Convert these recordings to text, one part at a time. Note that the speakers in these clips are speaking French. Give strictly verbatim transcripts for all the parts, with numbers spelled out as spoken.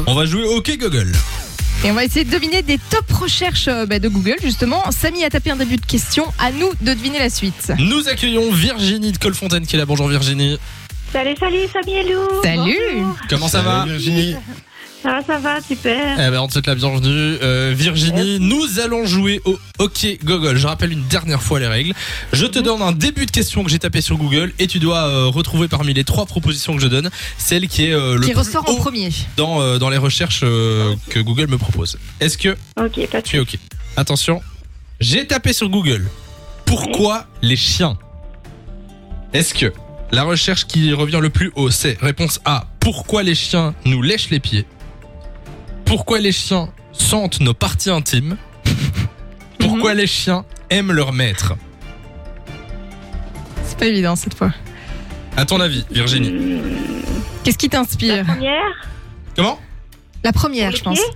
On va jouer au OK Google. Et on va essayer de deviner des top recherches bah, de Google, justement. Samy a tapé un début de question. À nous de deviner la suite. Nous accueillons Virginie de Colfontaine qui est là. Bonjour Virginie. Salut, salut, Samy et Lou. Salut. Bonjour. Comment ça va Virginie? Ça va, ça va, super. Eh ben, on te souhaite la bienvenue. Euh, Virginie, nous allons jouer au OK Google. Je rappelle une dernière fois les règles. Je te donne un début de question que j'ai tapé sur Google et tu dois euh, retrouver parmi les trois propositions que je donne celle qui est euh, le Qui plus ressort en haut premier. dans, euh, dans les recherches euh, que Google me propose. Est-ce que Ok, pas de tu es OK? Attention, j'ai tapé sur Google. Pourquoi les chiens? Est-ce que la recherche qui revient le plus haut, c'est réponse A, pourquoi les chiens nous lèchent les pieds? Pourquoi les chiens sentent nos parties intimes? Pourquoi les chiens aiment leur maître? C'est pas évident cette fois. À ton avis, Virginie? Qu'est-ce qui La t'inspire? première. Comment? La première, je pense.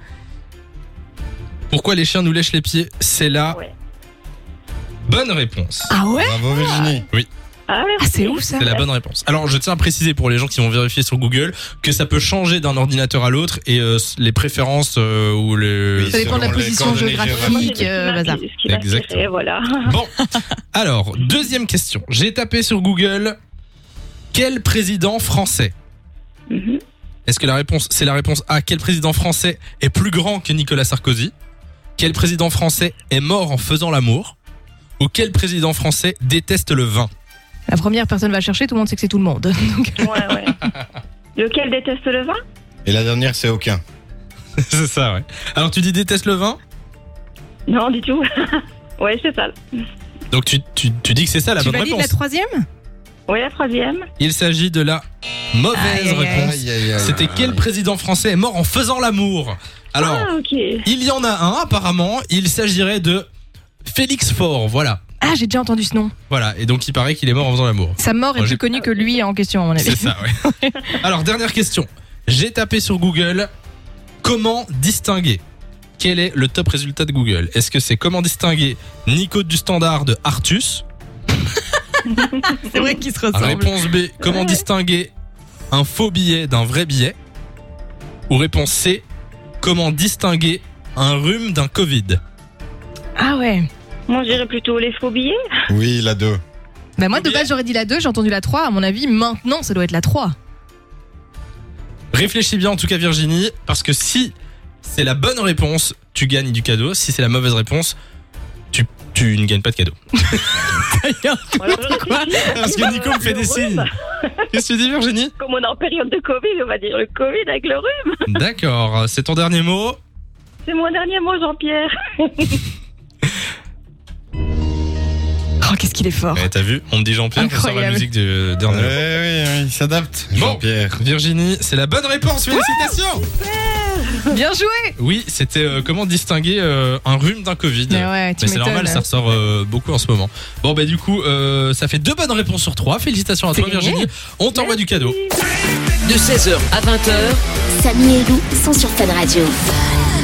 Pourquoi les chiens nous lèchent les pieds? C'est la Ouais. bonne réponse. Ah ouais? Bravo Virginie. Ah, Ah, c'est ouf ça. C'est la bonne réponse. Alors, je tiens à préciser pour les gens qui vont vérifier sur Google que ça peut changer d'un ordinateur à l'autre et euh, les préférences euh, ou les... Oui, Ça dépend de la selon les position coordonnées géographique, euh, bazar. Ce qui m'a Exactement. attiré, voilà. Bon, alors, deuxième question. J'ai tapé sur Google, quel président français? Mhm. Est-ce que la réponse, c'est la réponse A, quel président français est plus grand que Nicolas Sarkozy? Quel président français est mort en faisant l'amour? Ou quel président français déteste le vin? La première personne va chercher, tout le monde sait que c'est tout le monde. Donc, Ouais, ouais. Lequel déteste le vin? Et la dernière, c'est aucun. C'est ça, ouais. Alors, tu dis déteste le vin? Non, du tout. Ouais, c'est ça. Donc, tu, tu, tu dis que c'est ça la tu bonne valides réponse. la troisième? Ouais, la troisième. Il s'agit de la mauvaise Aïe, aïe, aïe. réponse. Aïe, aïe, aïe. C'était quel président français est mort en faisant l'amour? Alors, Ah, ok. il y en a un apparemment, il s'agirait de Félix Faure, voilà. Ah, j'ai déjà entendu ce nom. Voilà, et donc il paraît qu'il est mort en faisant l'amour. Sa mort est Moi, j'ai- plus connue que lui en question, à mon avis. C'est ça, ouais. Alors, dernière question. J'ai tapé sur Google, comment distinguer? Quel est le top résultat de Google? Est-ce que c'est comment distinguer Nico du Standard de Artus? C'est vrai qu'il se ressemble. Réponse B, comment distinguer un faux billet d'un vrai billet? Ou réponse C, comment distinguer un rhume d'un Covid? Ah ouais. Moi, j'irais plutôt les faux billets. Oui, la deux. Bah moi, de base, j'aurais dit la deux, j'ai entendu la trois. À mon avis, maintenant, ça doit être la trois. Réfléchis bien en tout cas Virginie, parce que si c'est la bonne réponse, tu gagnes du cadeau. Si c'est la mauvaise réponse, tu, tu ne gagnes pas de cadeau. Alors, je réfléchis. Parce que Nico me fait des signes. Qu'est-ce que tu dis Virginie? Comme on est en période de Covid, on va dire le Covid avec le rhume. D'accord, c'est ton dernier mot. C'est mon dernier mot, Jean-Pierre. Oh, qu'est-ce qu'il est fort. Eh, t'as vu, on me dit Jean-Pierre pour faire la Incroyable. musique du dernier Oui, mot. oui, oui, il s'adapte. Bon. Jean-Pierre. Virginie, c'est la bonne réponse, félicitations. Bien joué. Oui, c'était euh, comment distinguer euh, un rhume d'un Covid. Mais ouais, tu Mais c'est m'étonnes. normal, ça ressort euh, beaucoup en ce moment. Bon, bah du coup, euh, ça fait deux bonnes réponses sur trois. Félicitations à C'est toi, gagné. Virginie. On t'envoie du cadeau. De seize heures à vingt heures, Samy et Lou sont sur Fun Radio.